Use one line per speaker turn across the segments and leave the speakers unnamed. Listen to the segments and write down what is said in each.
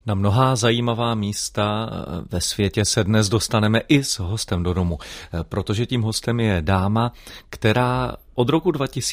Na mnohá zajímavá místa ve světě se dnes dostaneme i s hostem do domu, protože tím hostem je dáma, která od roku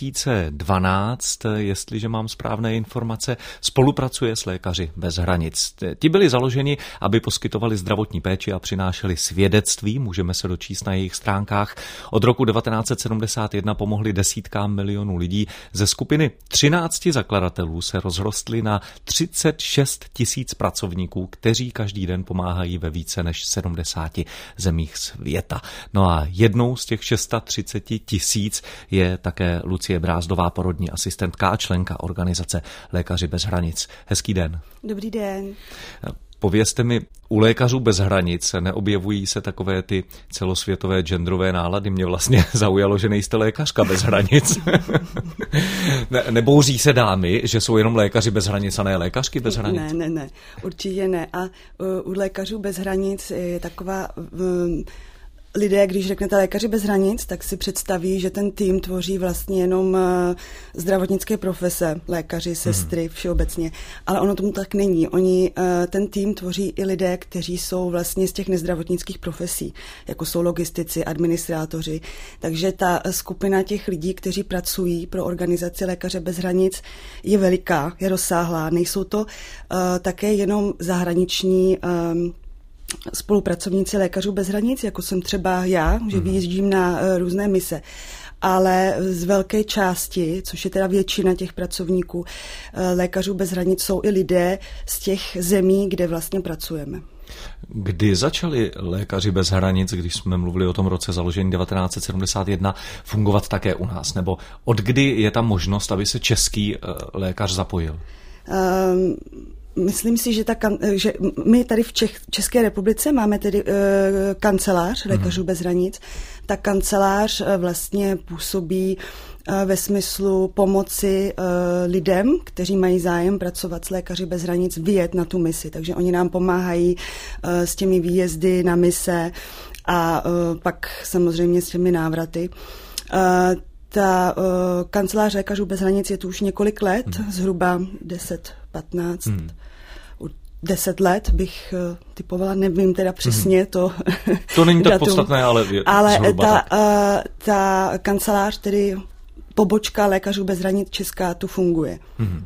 2012, jestliže mám správné informace, spolupracuje s Lékaři bez hranic. Ti byli založeni, aby poskytovali zdravotní péči a přinášeli svědectví, můžeme se dočíst na jejich stránkách. Od roku 1971 pomohli desítkám milionů lidí. Ze skupiny 13 zakladatelů se rozrostly na 36 000 pracovníků, kteří každý den pomáhají ve více než 70 zemích světa. No a jednou z těch 630 000 je také Lucie Brázdová, porodní asistentka a členka organizace Lékaři bez hranic. Hezký den.
Dobrý den.
Povězte mi, u Lékařů bez hranic neobjevují se takové ty celosvětové genderové nálady? Mě vlastně zaujalo, že nejste lékařka bez hranic. Nebouří se dámy, že jsou jenom lékaři bez hranic a ne lékařky bez hranic?
Ne, určitě ne. A u Lékařů bez hranic je taková... Lidé, když řeknete Lékaři bez hranic, tak si představí, že ten tým tvoří vlastně jenom zdravotnické profese, lékaři, sestry, všeobecně. Ale ono tomu tak není. Ten tým tvoří i lidé, kteří jsou vlastně z těch nezdravotnických profesí, jako jsou logistici, administrátoři. Takže ta skupina těch lidí, kteří pracují pro organizaci Lékaře bez hranic, je veliká, je rozsáhlá. Nejsou to také jenom zahraniční spolupracovníci Lékařů bez hranic, jako jsem třeba já, že vyjíždím na různé mise. Ale z velké části, což je teda většina těch pracovníků Lékařů bez hranic, jsou i lidé z těch zemí, kde vlastně pracujeme.
Kdy začali Lékaři bez hranic, když jsme mluvili o tom roce založení 1971, fungovat také u nás? Nebo od kdy je tam možnost, aby se český lékař zapojil?
Myslím si, že my tady v České republice máme tedy kancelář Lékařů bez hranic. Ta kancelář vlastně působí ve smyslu pomoci lidem, kteří mají zájem pracovat s Lékaři bez hranic, vyjet na tu misi. Takže oni nám pomáhají s těmi výjezdy na mise a pak samozřejmě s těmi návraty. Ta kancelář Lékařů bez hranic je tu už několik let, zhruba 10-15 10 let bych typovala, nevím teda přesně to.
To není tak podstatné, ale zhruba
ta kancelář, tedy pobočka Lékařů bez hranic česká, tu funguje.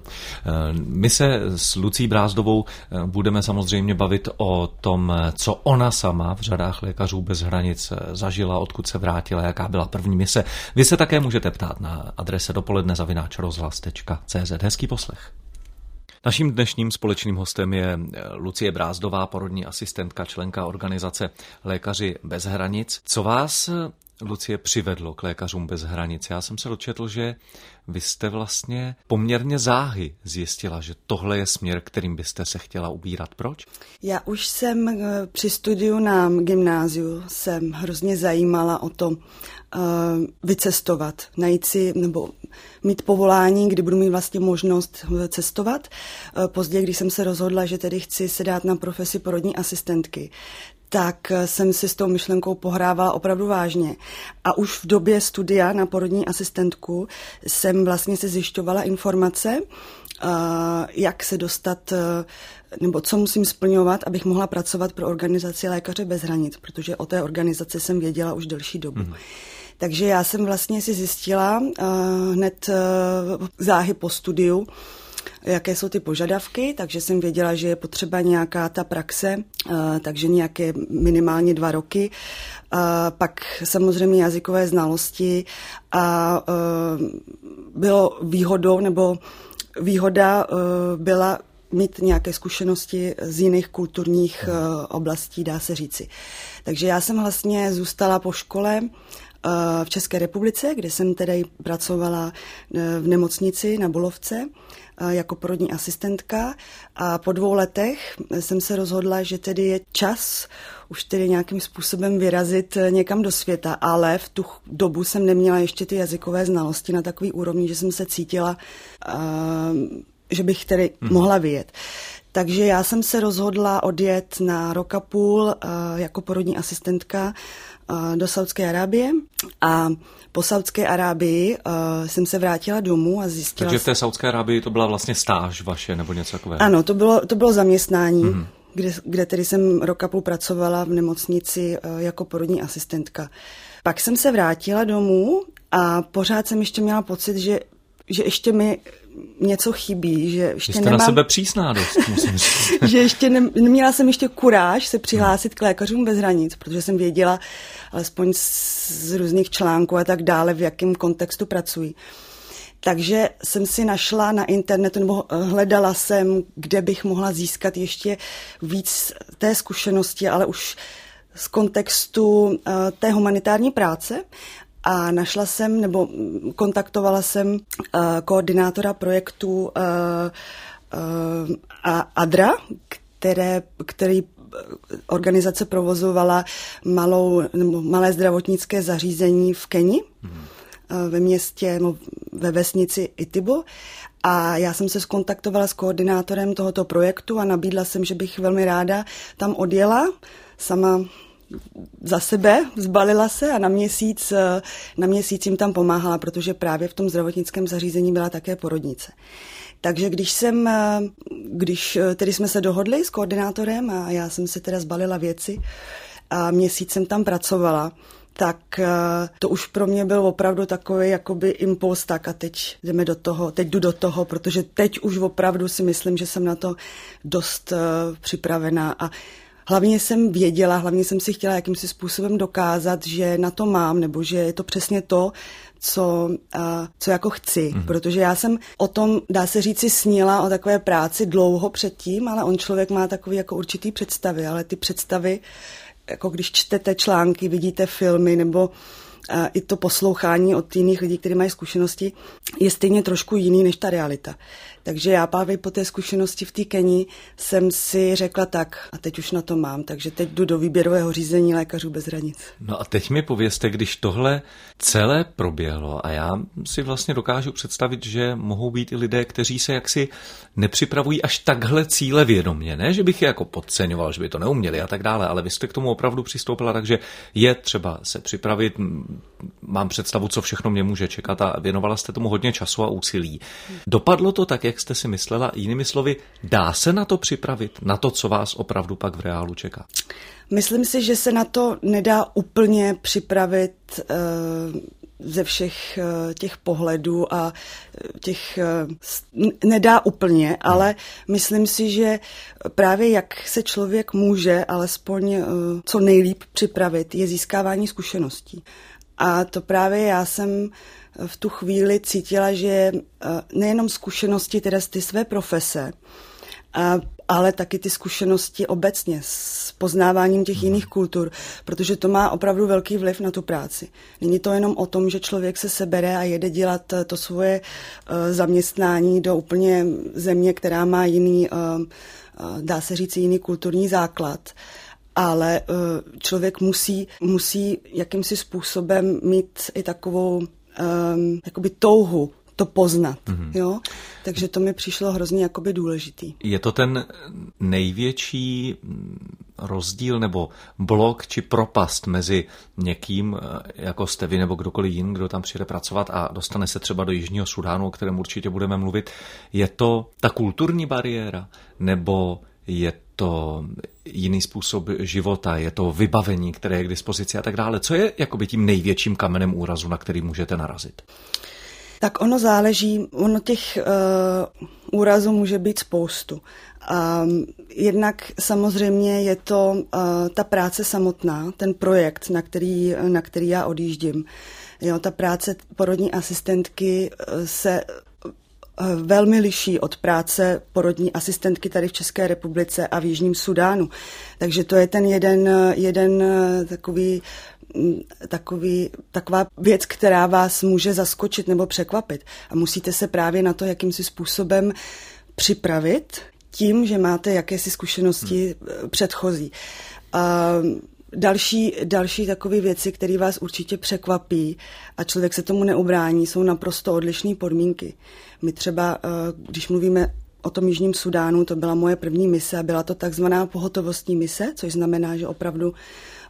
My se s Lucí Brázdovou budeme samozřejmě bavit o tom, co ona sama v řadách Lékařů bez hranic zažila, odkud se vrátila, jaká byla první mise. Vy se také můžete ptát na adrese dopoledne@rozhlas.cz. Hezký poslech. Naším dnešním společným hostem je Lucie Brázdová, porodní asistentka, členka organizace Lékaři bez hranic. Co vás, Lucie, přivedlo k Lékařům bez hranic? Já jsem se dočetl, že vy jste vlastně poměrně záhy zjistila, že tohle je směr, kterým byste se chtěla ubírat. Proč?
Já už jsem při studiu na gymnáziu jsem hrozně zajímala o to vycestovat, najít si nebo mít povolání, kdy budu mít vlastně možnost cestovat. Později, když jsem se rozhodla, že tedy chci se dát na profesi porodní asistentky, tak jsem si s tou myšlenkou pohrávala opravdu vážně. A už v době studia na porodní asistentku jsem vlastně se zjišťovala informace, jak se dostat, nebo co musím splňovat, abych mohla pracovat pro organizaci Lékaře bez hranic, protože o té organizaci jsem věděla už delší dobu. Takže já jsem vlastně si zjistila hned záhy po studiu, jaké jsou ty požadavky, takže jsem věděla, že je potřeba nějaká ta praxe, takže nějaké minimálně 2 roky. Pak samozřejmě jazykové znalosti a bylo výhodou, nebo výhoda byla mít nějaké zkušenosti z jiných kulturních oblastí, dá se říci. Takže já jsem vlastně zůstala po škole v České republice, kde jsem tedy pracovala v nemocnici na Bulovce jako porodní asistentka a po 2 letech jsem se rozhodla, že tedy je čas už tedy nějakým způsobem vyrazit někam do světa, ale v tu dobu jsem neměla ještě ty jazykové znalosti na takový úrovni, že jsem se cítila, že bych tedy mohla vyjet. Takže já jsem se rozhodla odjet na 1,5 roku jako porodní asistentka do Saúdské Arábie a po Saúdské Arábii jsem se vrátila domů a zjistila...
Takže v té Saúdské Arábii to byla vlastně stáž vaše nebo něco takového?
Ano, to bylo zaměstnání, kde tedy jsem rok a půl pracovala v nemocnici jako porodní asistentka. Pak jsem se vrátila domů a pořád jsem ještě měla pocit, že ještě mi něco chybí, že ještě
jste na sebe přísná dost, musím říct.
Že ještě neměla jsem ještě kuráž se přihlásit k Lékařům bez hranic, protože jsem věděla, alespoň z různých článků a tak dále, v jakém kontextu pracuji. Takže jsem si našla na internetu, nebo hledala jsem, kde bych mohla získat ještě víc té zkušenosti, ale už z kontextu té humanitární práce. A našla jsem, nebo kontaktovala jsem koordinátora projektu ADRA, který organizace provozovala malé zdravotnické zařízení v Keni, ve městě, ve vesnici Itibo. A já jsem se skontaktovala s koordinátorem tohoto projektu a nabídla jsem, že bych velmi ráda tam odjela sama za sebe, zbalila se a na měsíc jim tam pomáhala, protože právě v tom zdravotnickém zařízení byla také porodnice. Takže když tedy jsme se dohodli s koordinátorem a já jsem se teda zbalila věci a měsíc jsem tam pracovala, tak to už pro mě byl opravdu takový jakoby impuls, tak a teď jdeme do toho, teď jdu do toho, protože teď už opravdu si myslím, že jsem na to dost připravená a hlavně jsem si chtěla jakýmsi způsobem dokázat, že na to mám, nebo že je to přesně to, co jako chci. Protože já jsem o tom, dá se říci, snila o takové práci dlouho předtím, ale on člověk má takový jako určitý představy, ale ty představy, jako když čtete články, vidíte filmy, nebo i to poslouchání od jiných lidí, kteří mají zkušenosti, je stejně trošku jiný než ta realita. Takže já právě po té zkušenosti v té Keni jsem si řekla tak a teď už na to mám, takže teď jdu do výběrového řízení Lékařů bez hranic.
No a teď mi povězte, když tohle celé proběhlo a já si vlastně dokážu představit, že mohou být i lidé, kteří se jaksi nepřipravují až takhle cílevědomě, ne, že bych je jako podceňoval, že by to neuměli a tak dále, ale vy jste k tomu opravdu přistoupila, takže je třeba se připravit, mám představu, co všechno mě může čekat a věnovala jste tomu hodně času a úsilí. Dopadlo to tak, jak jste si myslela? Jinými slovy, dá se na to připravit? Na to, co vás opravdu pak v reálu čeká?
Myslím si, že se na to nedá úplně připravit ze všech těch pohledů a nedá úplně, ale myslím si, že právě jak se člověk může alespoň co nejlíp připravit, je získávání zkušeností. A to právě já jsem v tu chvíli cítila, že nejenom zkušenosti teda z ty své profese, ale taky ty zkušenosti obecně s poznáváním těch jiných kultur, protože to má opravdu velký vliv na tu práci. Není to jenom o tom, že člověk se sebere a jede dělat to svoje zaměstnání do úplně země, která má jiný, dá se říct, jiný kulturní základ, ale člověk musí jakýmsi způsobem mít i takovou jakoby touhu to poznat. Jo? Takže to mi přišlo hrozně jakoby důležitý.
Je to ten největší rozdíl nebo blok či propast mezi někým, jako jste vy nebo kdokoliv jiný, kdo tam přijde pracovat a dostane se třeba do Jižního Sudánu, o kterém určitě budeme mluvit. Je to ta kulturní bariéra nebo je to jiný způsob života, je to vybavení, které je k dispozici a tak dále. Co je jakoby tím největším kamenem úrazu, na který můžete narazit?
Tak ono záleží, těch úrazů může být spoustu. Jednak samozřejmě je to ta práce samotná, ten projekt, na který já odjíždím. Jo, ta práce porodní asistentky se velmi liší od práce porodní asistentky tady v České republice a v Jižním Sudánu. Takže to je ten jeden taková věc, která vás může zaskočit nebo překvapit. A musíte se právě na to jakýmsi způsobem připravit tím, že máte jakési zkušenosti předchozí. Další takové věci, které vás určitě překvapí a člověk se tomu neubrání, jsou naprosto odlišné podmínky. My třeba, když mluvíme o tom Jižním Sudánu, to byla moje první mise a byla to takzvaná pohotovostní mise, což znamená, že opravdu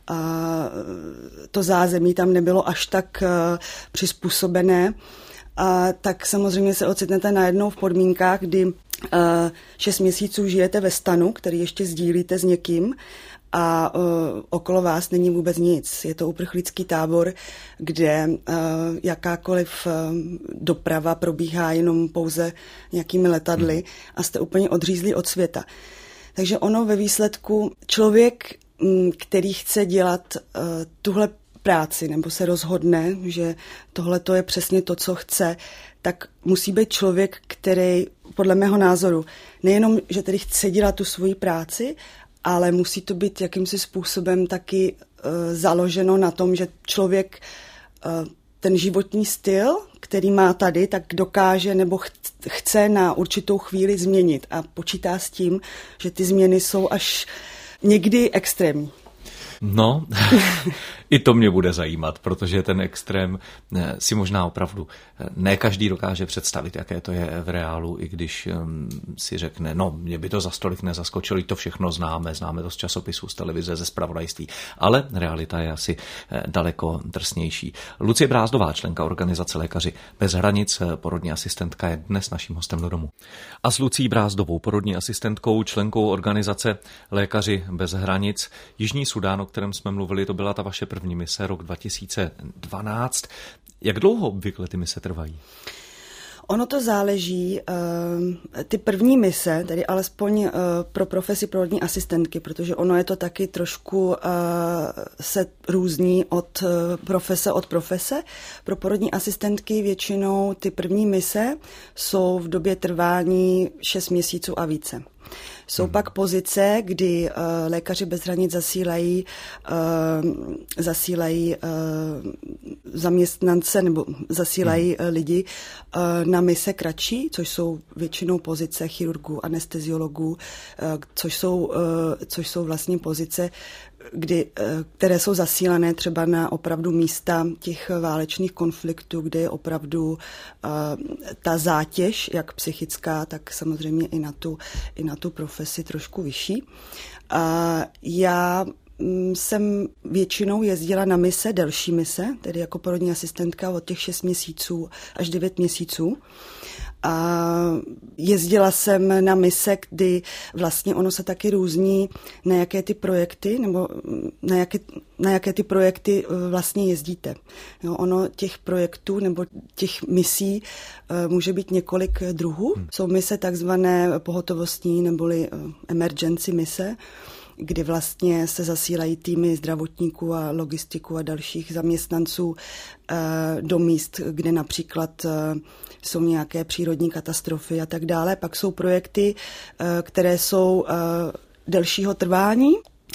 to zázemí tam nebylo až tak přizpůsobené, tak samozřejmě se ocitnete najednou v podmínkách, kdy 6 měsíců žijete ve stanu, který ještě sdílíte s někým a okolo vás není vůbec nic. Je to uprchlický tábor, kde jakákoliv doprava probíhá jenom pouze nějakými letadly a jste úplně odřízlí od světa. Takže ono ve výsledku člověk, který chce dělat tuhle práci nebo se rozhodne, že tohle to je přesně to, co chce, tak musí být člověk, který podle mého názoru nejenom, že tedy chce dělat tu svoji práci, ale musí to být jakýmsi způsobem taky založeno na tom, že člověk ten životní styl, který má tady, tak dokáže nebo chce na určitou chvíli změnit a počítá s tím, že ty změny jsou až někdy extrémní.
No, i to mě bude zajímat, protože ten extrém si možná opravdu ne každý dokáže představit, jaké to je v reálu, i když si řekne, no, mě by to za stolik nezaskočilo, to všechno známe to z časopisů, z televize, ze zpravodajství, ale realita je asi daleko drsnější. Lucie Brázdová, členka organizace Lékaři bez hranic, porodní asistentka, je dnes naším hostem do domu. A s Lucí Brázdovou, porodní asistentkou, členkou organizace Lékaři bez hranic, Jižní Súdán, o kterém jsme mluvili, to byla ta vaše první mise, rok 2012. Jak dlouho obvykle ty mise trvají?
Ono to záleží, ty první mise, tedy alespoň pro profesi porodní asistentky, protože ono je to taky trošku se různí od profese. Pro porodní asistentky většinou ty první mise jsou v době trvání 6 měsíců a více. Jsou pak pozice, kdy Lékaři bez hranic zasílají zaměstnance nebo zasílají lidi na mise kratší, což jsou většinou pozice chirurgů, anesteziologů, což jsou vlastně pozice, které jsou zasílané třeba na opravdu místa těch válečných konfliktů, kde je opravdu ta zátěž, jak psychická, tak samozřejmě i na tu profesi trošku vyšší. Já jsem většinou jezdila na mise, delší mise, tedy jako porodní asistentka od těch 6 měsíců až 9 měsíců. A jezdila jsem na mise, kdy vlastně ono se taky různí, na jaké ty projekty, nebo na jaké ty projekty vlastně jezdíte. Jo, ono těch projektů nebo těch misí může být několik druhů. Jsou mise takzvané pohotovostní neboli emergency mise, kdy vlastně se zasílají týmy zdravotníků a logistiků a dalších zaměstnanců do míst, kde například jsou nějaké přírodní katastrofy a tak dále. Pak jsou projekty, které jsou delšího trvání,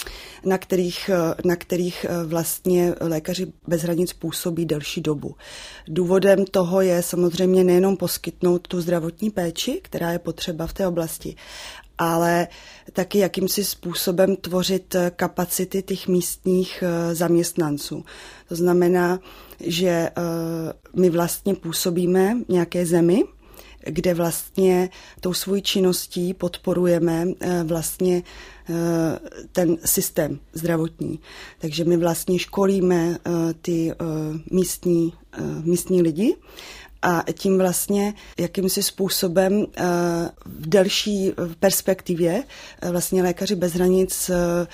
na kterých vlastně Lékaři bez hranic působí delší dobu. Důvodem toho je samozřejmě nejenom poskytnout tu zdravotní péči, která je potřeba v té oblasti, ale taky jakýmsi způsobem tvořit kapacity těch místních zaměstnanců. To znamená, že my vlastně působíme v nějaké zemi, kde vlastně tou svojí činností podporujeme vlastně ten systém zdravotní. Takže my vlastně školíme ty místní lidi a tím vlastně jakýmsi způsobem v delší perspektivě vlastně Lékaři bez hranic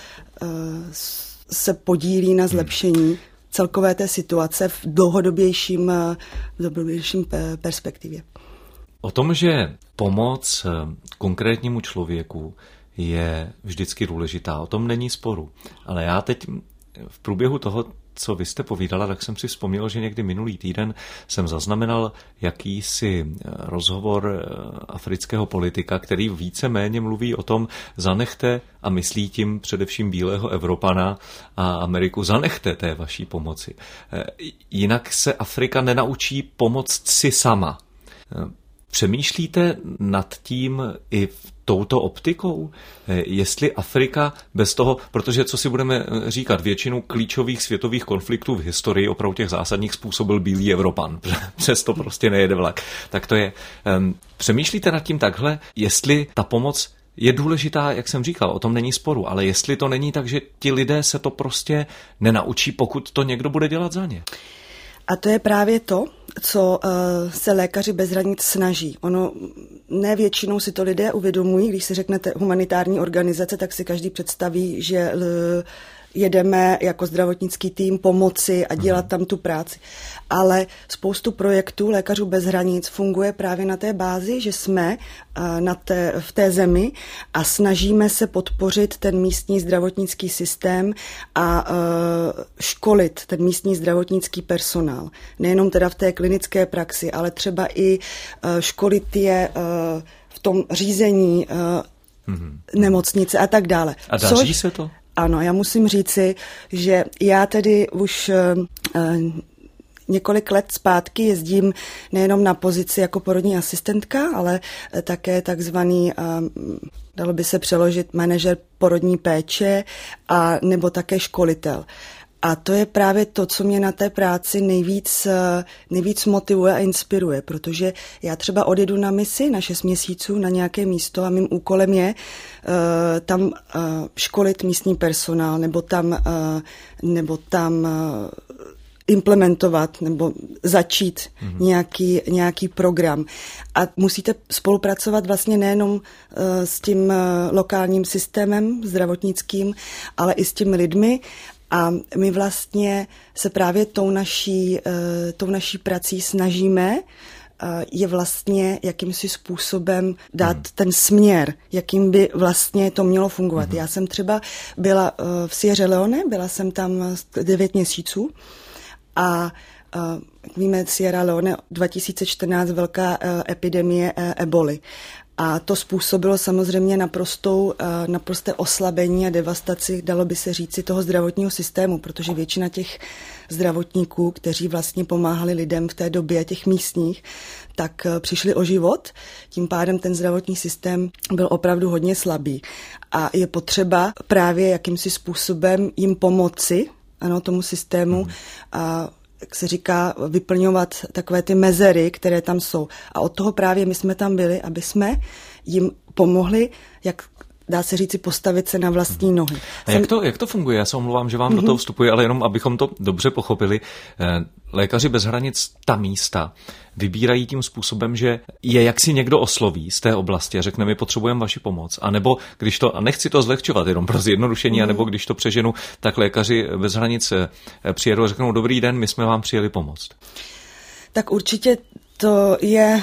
se podílí na zlepšení celkové té situace v dlouhodobějším perspektivě.
O tom, že pomoc konkrétnímu člověku je vždycky důležitá, o tom není sporu. Ale já teď v průběhu toho, co vy jste povídala, tak jsem si vzpomněl, že někdy minulý týden jsem zaznamenal jakýsi rozhovor afrického politika, který víceméně mluví o tom, zanechte, a myslí tím především bílého Evropana a Ameriku, zanechte té vaší pomoci. Jinak se Afrika nenaučí pomoct si sama. Přemýšlíte nad tím i touto optikou? Jestli Afrika bez toho, protože co si budeme říkat, většinu klíčových světových konfliktů v historii opravdu těch zásadních způsobil bílý Evropan, přes to prostě nejede vlak. Tak to je. Přemýšlíte nad tím takhle, jestli ta pomoc je důležitá, jak jsem říkal, o tom není sporu, ale jestli to není tak, že ti lidé se to prostě nenaučí, pokud to někdo bude dělat za ně.
A to je právě to, co se Lékaři bez hranic snaží. Ono ne většinou si to lidé uvědomují, když si řeknete humanitární organizace, tak si každý představí, že jedeme jako zdravotnický tým pomoci a dělat tam tu práci. Ale spoustu projektů Lékařů bez hranic funguje právě na té bázi, že jsme v té zemi a snažíme se podpořit ten místní zdravotnický systém a školit ten místní zdravotnický personál. Nejenom teda v té klinické praxi, ale třeba i školit je v tom řízení nemocnice a tak dále.
A daří se to?
Ano, já musím říci, že já tedy už několik let zpátky jezdím nejenom na pozici jako porodní asistentka, ale také takzvaný, dalo by se přeložit, manažer porodní péče a nebo také školitel. A to je právě to, co mě na té práci nejvíc motivuje a inspiruje, protože já třeba odjedu na misi na 6 měsíců na nějaké místo a mým úkolem je tam školit místní personál nebo tam implementovat nebo začít nějaký program. A musíte spolupracovat vlastně nejenom s tím lokálním systémem zdravotnickým, ale i s těmi lidmi. A my vlastně se právě tou naší prací snažíme je vlastně jakýmsi způsobem dát ten směr, jakým by vlastně to mělo fungovat. Já jsem třeba byla v Sierra Leone, byla jsem tam 9 měsíců a jak víme, Sierra Leone 2014 velká epidemie eboli. A to způsobilo samozřejmě naprosté oslabení a devastaci, dalo by se říci, toho zdravotního systému, protože většina těch zdravotníků, kteří vlastně pomáhali lidem v té době, těch místních, tak přišli o život. Tím pádem ten zdravotní systém byl opravdu hodně slabý. A je potřeba právě jakýmsi způsobem jim pomoci, tomu systému, a jak se říká, vyplňovat takové ty mezery, které tam jsou. A od toho právě my jsme tam byli, aby jsme jim pomohli, jak dá se říci, postavit se na vlastní nohy.
A jak to funguje? Já se omlouvám, že vám do toho vstupuji, ale jenom abychom to dobře pochopili. Lékaři bez hranic ta místa vybírají tím způsobem, že je jaksi někdo osloví z té oblasti a řekne, my potřebujeme vaši pomoc. A nebo když to, a nechci to zlehčovat jenom pro zjednodušení, anebo když to přeženu, tak Lékaři bez hranic přijedou a řeknou, dobrý den, my jsme vám přijeli pomoct.
Tak určitě to je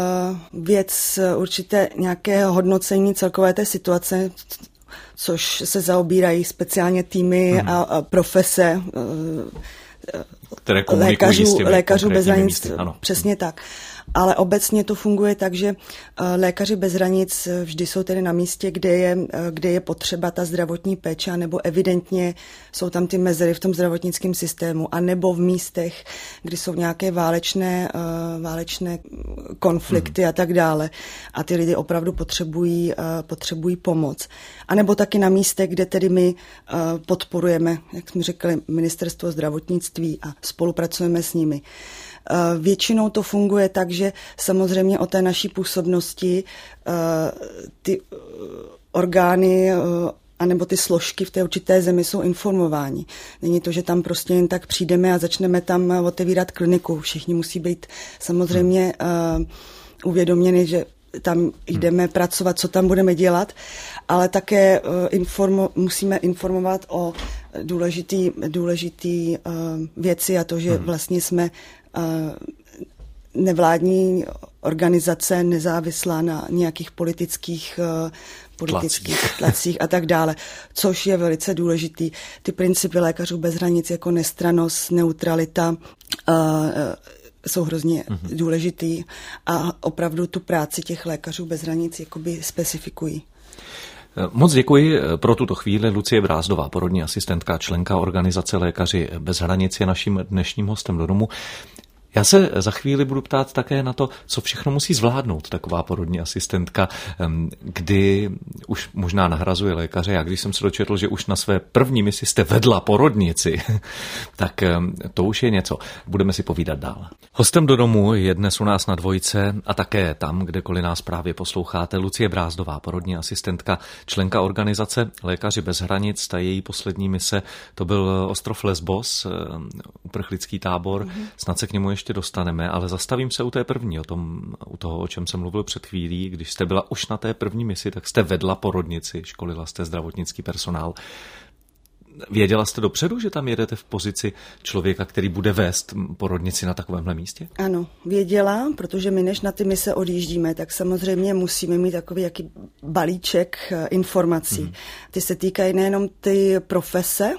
věc určitě nějakého hodnocení celkové té situace, což se zaobírají speciálně týmy a profese
které komunikují s těmi
lékařů bez hranic,
ano.
Přesně tak. Ale obecně to funguje tak, že Lékaři bez hranic vždy jsou tedy na místě, kde je potřeba ta zdravotní péče, nebo evidentně jsou tam ty mezery v tom zdravotnickém systému, a nebo v místech, kdy jsou nějaké válečné konflikty a tak dále. A ty lidi opravdu potřebují pomoc. A nebo taky na místech, kde tedy my podporujeme, jak jsme řekli, ministerstvo zdravotnictví a spolupracujeme s nimi. Většinou to funguje tak, že samozřejmě o té naší působnosti ty orgány anebo ty složky v té určité zemi jsou informováni. Není to, že tam prostě jen tak přijdeme a začneme tam otevírat kliniku. Všichni musí být samozřejmě uvědoměni, že tam jdeme pracovat, co tam budeme dělat, ale také musíme informovat o důležitý věci, a to, že vlastně jsme nevládní organizace nezávislá na nějakých politických tlacích a tak dále, což je velice důležitý. Ty principy Lékařů bez hranic jako nestrannost, neutralita jsou hrozně důležitý a opravdu tu práci těch Lékařů bez hranic jakoby specifikují.
Moc děkuji pro tuto chvíli. Lucie Brázdová, porodní asistentka, členka organizace Lékaři bez hranic, je naším dnešním hostem do domu. Já se za chvíli budu ptát také na to, co všechno musí zvládnout taková porodní asistentka, kdy už možná nahrazuje lékaře. Já když jsem se dočetl, že už na své první misi jste vedla porodnici, tak to už je něco. Budeme si povídat dál. Hostem do domu je dnes u nás na Dvojce a také tam, kdekoliv nás právě posloucháte, Lucie Brázdová, porodní asistentka, členka organizace Lékaři bez hranic. Ta její poslední mise, to byl ostrov Lesbos, uprchlický tábor. Snad se k němu ještě dostaneme, ale zastavím se u té první, u toho, o čem jsem mluvil před chvílí. Když jste byla už na té první misi, tak jste vedla porodnici, školila jste zdravotnický personál. Věděla jste dopředu, že tam jedete v pozici člověka, který bude vést porodnici na takovémhle místě?
Ano, věděla, protože my než na ty mise odjíždíme, tak samozřejmě musíme mít takový jaký balíček informací. Ty se týkají nejenom ty profese,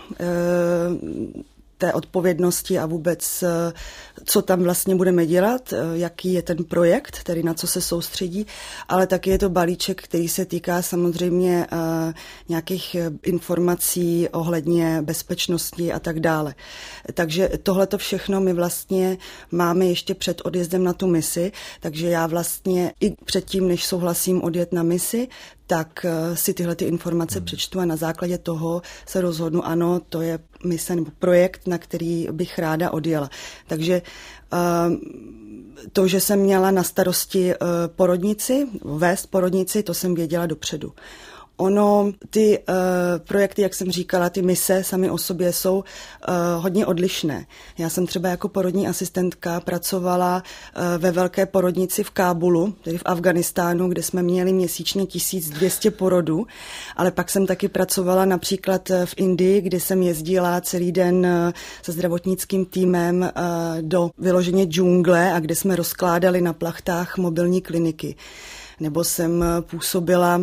té odpovědnosti a vůbec, co tam vlastně budeme dělat, jaký je ten projekt, tedy na co se soustředí, ale taky je to balíček, který se týká samozřejmě nějakých informací ohledně bezpečnosti a tak dále. Takže tohleto všechno my vlastně máme ještě před odjezdem na tu misi, takže já vlastně i předtím, než souhlasím odjet na misi, tak si tyhle ty informace přečtu a na základě toho se rozhodnu, ano, to je mise nebo projekt, na který bych ráda odjela. Takže to, že jsem měla na starosti vést porodnici, to jsem věděla dopředu. Ono, ty projekty, jak jsem říkala, ty mise sami o sobě jsou hodně odlišné. Já jsem třeba jako porodní asistentka pracovala ve velké porodnici v Kábulu, tedy v Afghánistánu, kde jsme měli měsíčně 1200 porodů, ale pak jsem taky pracovala například v Indii, kde jsem jezdila celý den se zdravotnickým týmem do vyloženě džungle a kde jsme rozkládali na plachtách mobilní kliniky. Nebo jsem působila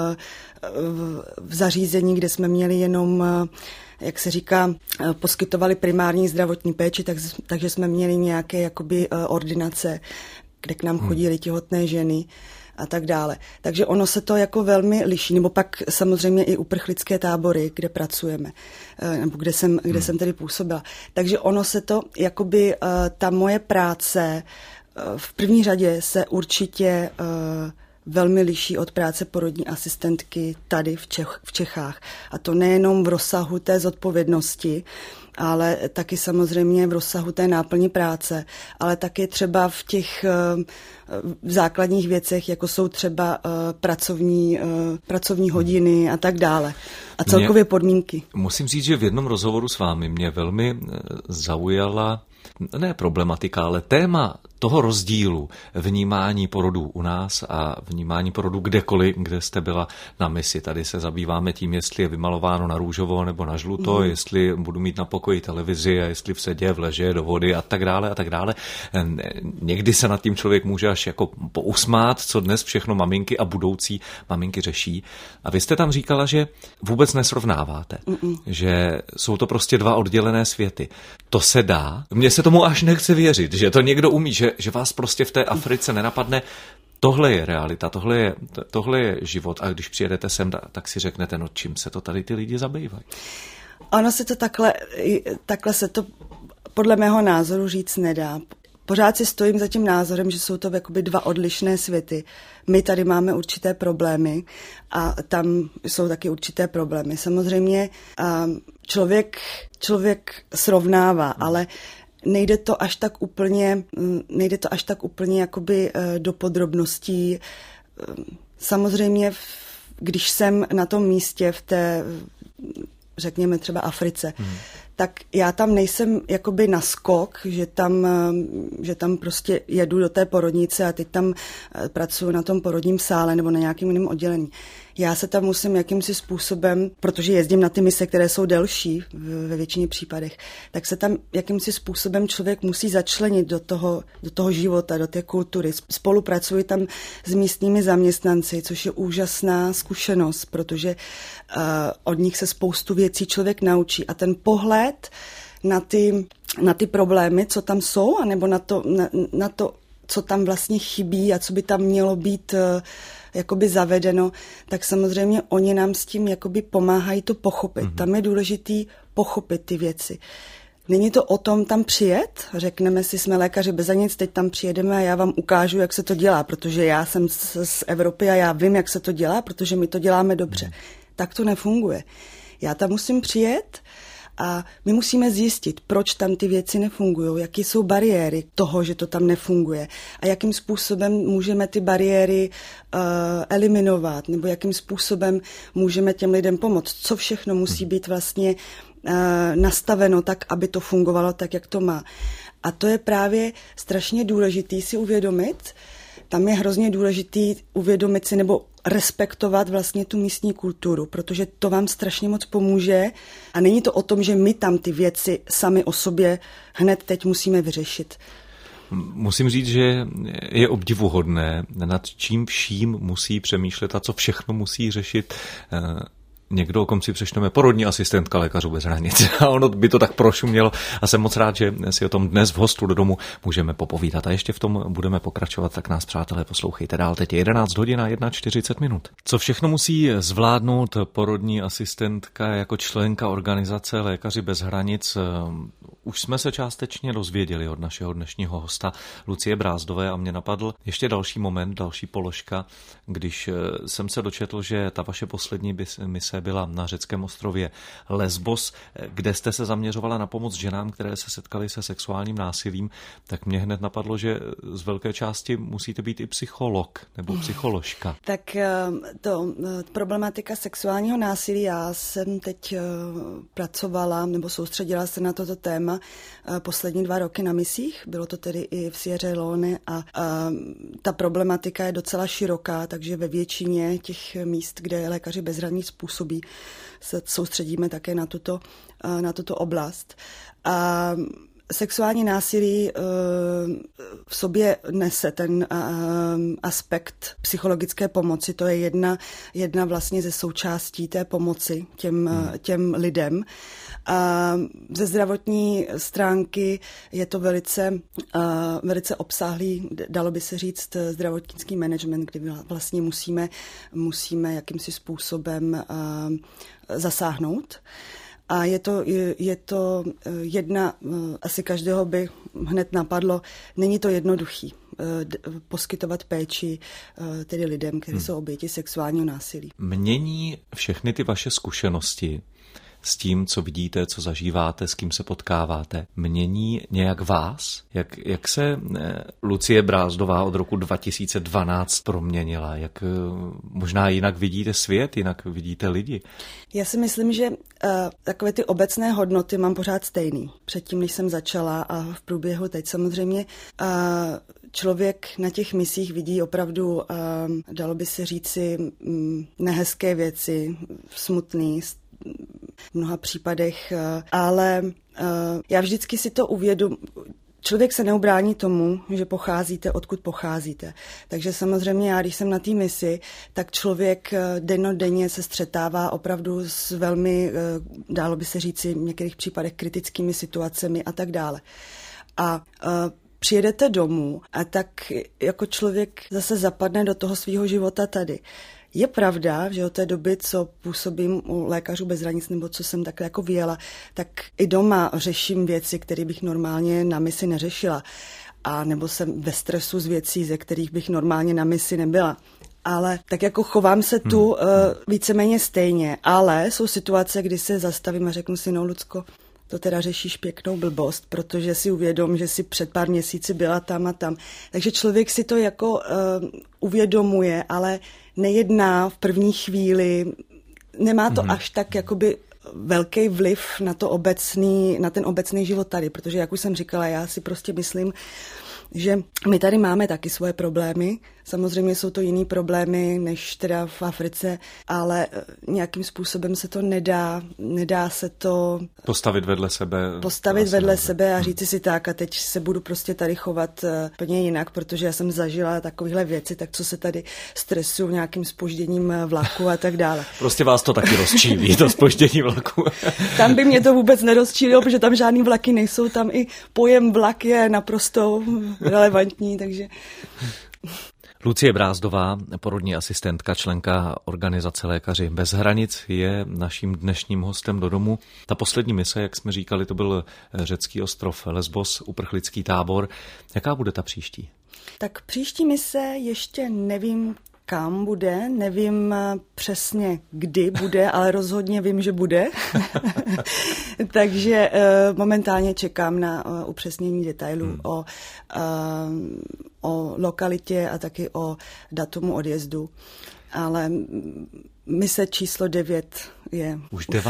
v zařízení, kde jsme měli jenom, jak se říká, poskytovali primární zdravotní péči, takže jsme měli nějaké jakoby ordinace, kde k nám chodily těhotné ženy a tak dále. Takže ono se to jako velmi liší, nebo pak samozřejmě i uprchlické tábory, kde pracujeme, nebo kde jsem tedy působila. Takže ono se to, jakoby ta moje práce v první řadě se určitě velmi liší od práce porodní asistentky tady v Čechách. A to nejenom v rozsahu té zodpovědnosti, ale taky samozřejmě v rozsahu té náplni práce, ale taky třeba v těch základních věcech, jako jsou třeba pracovní hodiny a tak dále. A celkově podmínky.
Musím říct, že v jednom rozhovoru s vámi mě velmi zaujala ne problematika, ale téma toho rozdílu vnímání porodů u nás a vnímání porodů kdekoliv, kde jste byla na misi. Tady se zabýváme tím, jestli je vymalováno na růžovo nebo na žluto, jestli budu mít na pokoji televizi a jestli v sedě, v leže, do vody a tak dále a tak dále. Někdy se nad tím člověk může až jako pousmát, co dnes všechno maminky a budoucí maminky řeší. A vy jste tam říkala, že vůbec nesrovnáváte, že jsou to prostě dva oddělené světy. To se dá. Mně se tomu až nechce věřit, že to někdo umí, že vás prostě v té Africe nenapadne. Tohle je realita, tohle je život a když přijedete sem, tak si řeknete, no čím se to tady ty lidi zabývají.
Ono se to takhle se to podle mého názoru říct nedá. Pořád si stojím za tím názorem, že jsou to jakoby dva odlišné světy. My tady máme určité problémy a tam jsou taky určité problémy. Samozřejmě člověk srovnává, ale nejde to až tak úplně jakoby do podrobností. Samozřejmě, když jsem na tom místě v té, řekněme třeba Africe, tak já tam nejsem jakoby na skok, že tam prostě jedu do té porodnice a teď tam pracuji na tom porodním sále nebo na nějakém jiném oddělení. Já se tam musím jakýmsi způsobem, protože jezdím na ty mise, které jsou delší ve většině případech, tak se tam jakýmsi způsobem člověk musí začlenit do toho života, do té kultury. Spolupracuji tam s místními zaměstnanci, což je úžasná zkušenost, protože od nich se spoustu věcí člověk naučí a ten pohled na ty problémy, co tam jsou, anebo na to, co tam vlastně chybí a co by tam mělo být jakoby zavedeno, tak samozřejmě oni nám s tím jakoby pomáhají to pochopit. Tam je důležitý pochopit ty věci. Není to o tom tam přijet, řekneme si, jsme lékaři bez hranic, teď tam přijedeme a já vám ukážu, jak se to dělá, protože já jsem z Evropy a já vím, jak se to dělá, protože my to děláme dobře. Tak to nefunguje. Já tam musím přijet a my musíme zjistit, proč tam ty věci nefungují, jaké jsou bariéry toho, že to tam nefunguje a jakým způsobem můžeme ty bariéry eliminovat, nebo jakým způsobem můžeme těm lidem pomoct. Co všechno musí být vlastně nastaveno tak, aby to fungovalo tak, jak to má. A to je právě strašně důležitý si uvědomit. Tam je hrozně důležitý uvědomit si nebo respektovat vlastně tu místní kulturu, protože to vám strašně moc pomůže a není to o tom, že my tam ty věci sami o sobě hned teď musíme vyřešit.
Musím říct, že je obdivuhodné, nad čím vším musí přemýšlet a co všechno musí řešit někdo, o kom si přečteme, porodní asistentka Lékařů bez hranic. A ono by to tak prošumělo a jsem moc rád, že si o tom dnes v Hostu do domu můžeme popovídat. A ještě v tom budeme pokračovat, tak nás, přátelé, poslouchejte dál. Teď je 11 hodin a 41 minut. Co všechno musí zvládnout porodní asistentka jako členka organizace Lékaři bez hranic? Už jsme se částečně dozvěděli od našeho dnešního hosta Lucie Brázdové a mě napadl ještě další moment, další položka, když jsem se dočetl, že ta vaše poslední mise byla na řeckém ostrově Lesbos, kde jste se zaměřovala na pomoc ženám, které se setkaly se sexuálním násilím, tak mě hned napadlo, že z velké části musíte být i psycholog nebo psycholožka.
Tak to problematika sexuálního násilí, já jsem teď pracovala nebo soustředila se na toto téma poslední 2 roky na misích, bylo to tedy i v Sierra Leone a ta problematika je docela široká, takže ve většině těch míst, kde Lékaři bez hranic působí, se soustředíme také na tuto oblast. A sexuální násilí v sobě nese ten aspekt psychologické pomoci. To je jedna vlastně ze součástí té pomoci těm lidem. A ze zdravotní stránky je to velice obsáhlý, dalo by se říct, zdravotnický management, kdy vlastně musíme jakýmsi způsobem zasáhnout. A je to jedna, asi každého by hned napadlo, není to jednoduchý poskytovat péči tedy lidem, kteří jsou oběti sexuálního násilí.
Mění všechny ty vaše zkušenosti s tím, co vidíte, co zažíváte, s kým se potkáváte, mění nějak vás? Jak se Lucie Brázdová od roku 2012 proměnila? Jak možná jinak vidíte svět, jinak vidíte lidi?
Já si myslím, že takové ty obecné hodnoty mám pořád stejný. Předtím, než jsem začala a v průběhu teď samozřejmě, člověk na těch misích vidí opravdu, dalo by se říci, nehezké věci, smutný, v mnoha případech, ale já vždycky si to uvědomuji. Člověk se neubrání tomu, že pocházíte, odkud pocházíte. Takže samozřejmě já, když jsem na té misi, tak člověk dennodenně se střetává opravdu s velmi, dalo by se říci, v některých případech kritickými situacemi a tak dále. A přijedete domů a tak jako člověk zase zapadne do toho svého života tady. Je pravda, že od té doby, co působím u Lékařů bez hranic, nebo co jsem takhle jako vyjela, tak i doma řeším věci, které bych normálně na misi neřešila. A nebo jsem ve stresu z věcí, ze kterých bych normálně na misi nebyla. Ale tak jako chovám se tu víceméně stejně. Ale jsou situace, kdy se zastavím a řeknu si, no Lucko, to teda řešíš pěknou blbost, protože si uvědom, že si před pár měsíci byla tam a tam. Takže člověk si to jako uvědomuje, ale nejedná v první chvíli, nemá to až tak jakoby velký vliv na ten obecný život tady, protože jak už jsem říkala, já si prostě myslím, že my tady máme taky svoje problémy. Samozřejmě jsou to jiný problémy než teda v Africe, ale nějakým způsobem se to nedá se to
postavit vedle
sebe a říci si tak a teď se budu prostě tady chovat úplně jinak, protože já jsem zažila takovéhle věci, tak co se tady stresuju nějakým zpožděním vlaku a tak dále.
Prostě vás to taky rozčílí, to zpoždění vlaku.
Tam by mě to vůbec nerozčílilo, protože tam žádný vlaky nejsou, tam i pojem vlak je naprosto relevantní, takže...
Lucie Brázdová, porodní asistentka, členka organizace Lékaři bez hranic, je naším dnešním hostem do domu. Ta poslední mise, jak jsme říkali, to byl řecký ostrov Lesbos, uprchlický tábor. Jaká bude ta příští?
Tak příští mise ještě nevím, kam bude, nevím přesně, kdy bude, ale rozhodně vím, že bude. Takže momentálně čekám na upřesnění detailů o lokalitě a taky o datumu odjezdu. Ale mise číslo 9 je...
Už 9.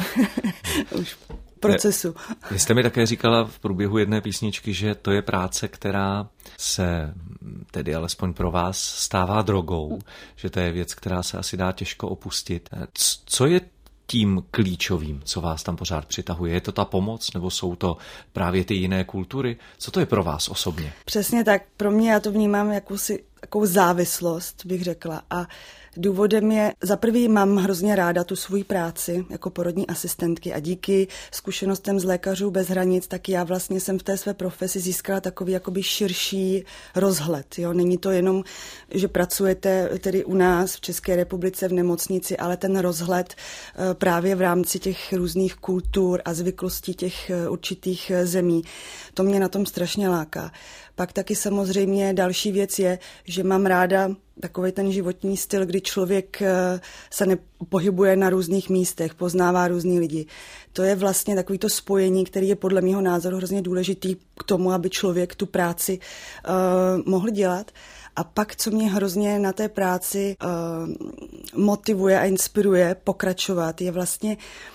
Už procesu.
Vy jste mi také říkala v průběhu jedné písničky, že to je práce, která se, tedy alespoň pro vás, stává drogou, že to je věc, která se asi dá těžko opustit. Co je tím klíčovým, co vás tam pořád přitahuje? Je to ta pomoc, nebo jsou to právě ty jiné kultury? Co to je pro vás osobně?
Přesně tak. Pro mě, já to vnímám jakou závislost, bych řekla. A důvodem je, za prvý mám hrozně ráda tu svou práci jako porodní asistentky a díky zkušenostem z Lékařů bez hranic, tak já vlastně jsem v té své profesi získala takový jakoby širší rozhled. Jo? Není to jenom, že pracujete tedy u nás v České republice v nemocnici, ale ten rozhled právě v rámci těch různých kultur a zvyklostí těch určitých zemí. To mě na tom strašně láká. Pak taky samozřejmě další věc je, že mám ráda takový ten životní styl, kdy člověk se nepohybuje na různých místech, poznává různý lidi. To je vlastně takový to spojení, který je podle mého názoru hrozně důležitý k tomu, aby člověk tu práci mohl dělat. A pak, co mě hrozně na té práci motivuje a inspiruje pokračovat, je vlastně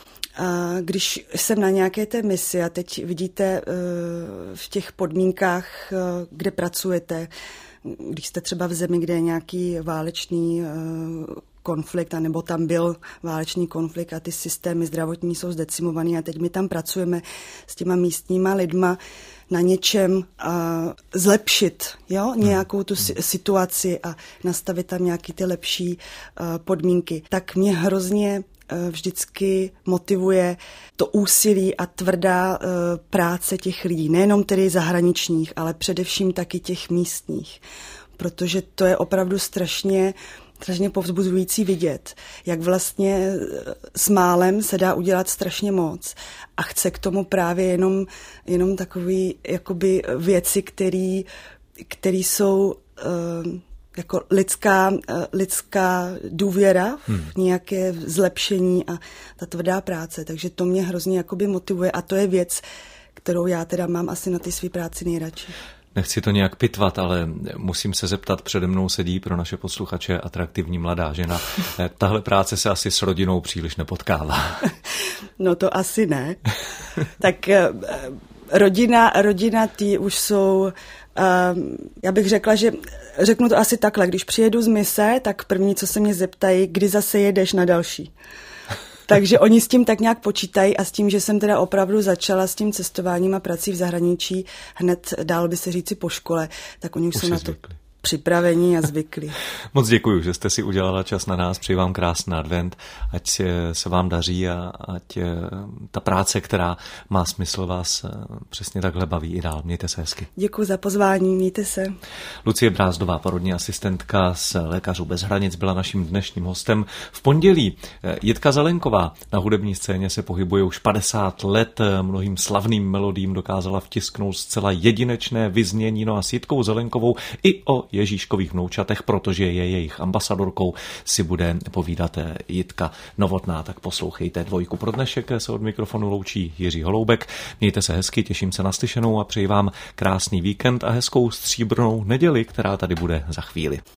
když jsem na nějaké té misi a teď vidíte v těch podmínkách, kde pracujete, když jste třeba v zemi, kde je nějaký válečný konflikt, anebo tam byl válečný konflikt a ty systémy zdravotní jsou zdecimovaný a teď my tam pracujeme s těma místníma lidma na něčem zlepšit, jo, nějakou tu situaci a nastavit tam nějaké ty lepší podmínky. Tak mě hrozně vždycky motivuje to úsilí a tvrdá práce těch lidí, nejenom tedy zahraničních, ale především taky těch místních, protože to je opravdu strašně povzbuzující vidět, jak vlastně s málem se dá udělat strašně moc a chce k tomu právě jenom takový jakoby věci, které jsou jako lidská důvěra v nějaké zlepšení a ta tvrdá práce. Takže to mě hrozně jakoby motivuje a to je věc, kterou já teda mám asi na té své práci nejradši.
Nechci to nějak pitvat, ale musím se zeptat, přede mnou sedí pro naše posluchače atraktivní mladá žena. Tahle práce se asi s rodinou příliš nepotkává.
No to asi ne. Tak rodina ty už jsou, já bych řekla, že řeknu to asi takhle, když přijedu z mise, tak první, co se mě zeptají, kdy zase jedeš na další. Takže oni s tím tak nějak počítají a s tím, že jsem teda opravdu začala s tím cestováním a prací v zahraničí hned, dalo by se říci po škole, tak oni už jsou na to připravení a zvyklí.
Moc děkuju, že jste si udělala čas na nás, přeji vám krásný advent, ať se vám daří a ať ta práce, která má smysl, vás přesně takhle baví i dál. Mějte se hezky.
Děkuji za pozvání, mějte se.
Lucie Brázdová, porodní asistentka z Lékařů bez hranic, byla naším dnešním hostem. V pondělí Jitka Zelenková na hudební scéně se pohybuje už 50 let, mnohým slavným melodím dokázala vtisknout zcela jedinečné vyznění, no a s Jitkou Zelenkovou i o Ježíškových vnoučatech, protože je jejich ambasadorkou, si bude povídat Jitka Novotná. Tak poslouchejte Dvojku. Pro dnešek se od mikrofonu loučí Jiří Holoubek. Mějte se hezky, těším se na slyšenou a přeji vám krásný víkend a hezkou stříbrnou neděli, která tady bude za chvíli.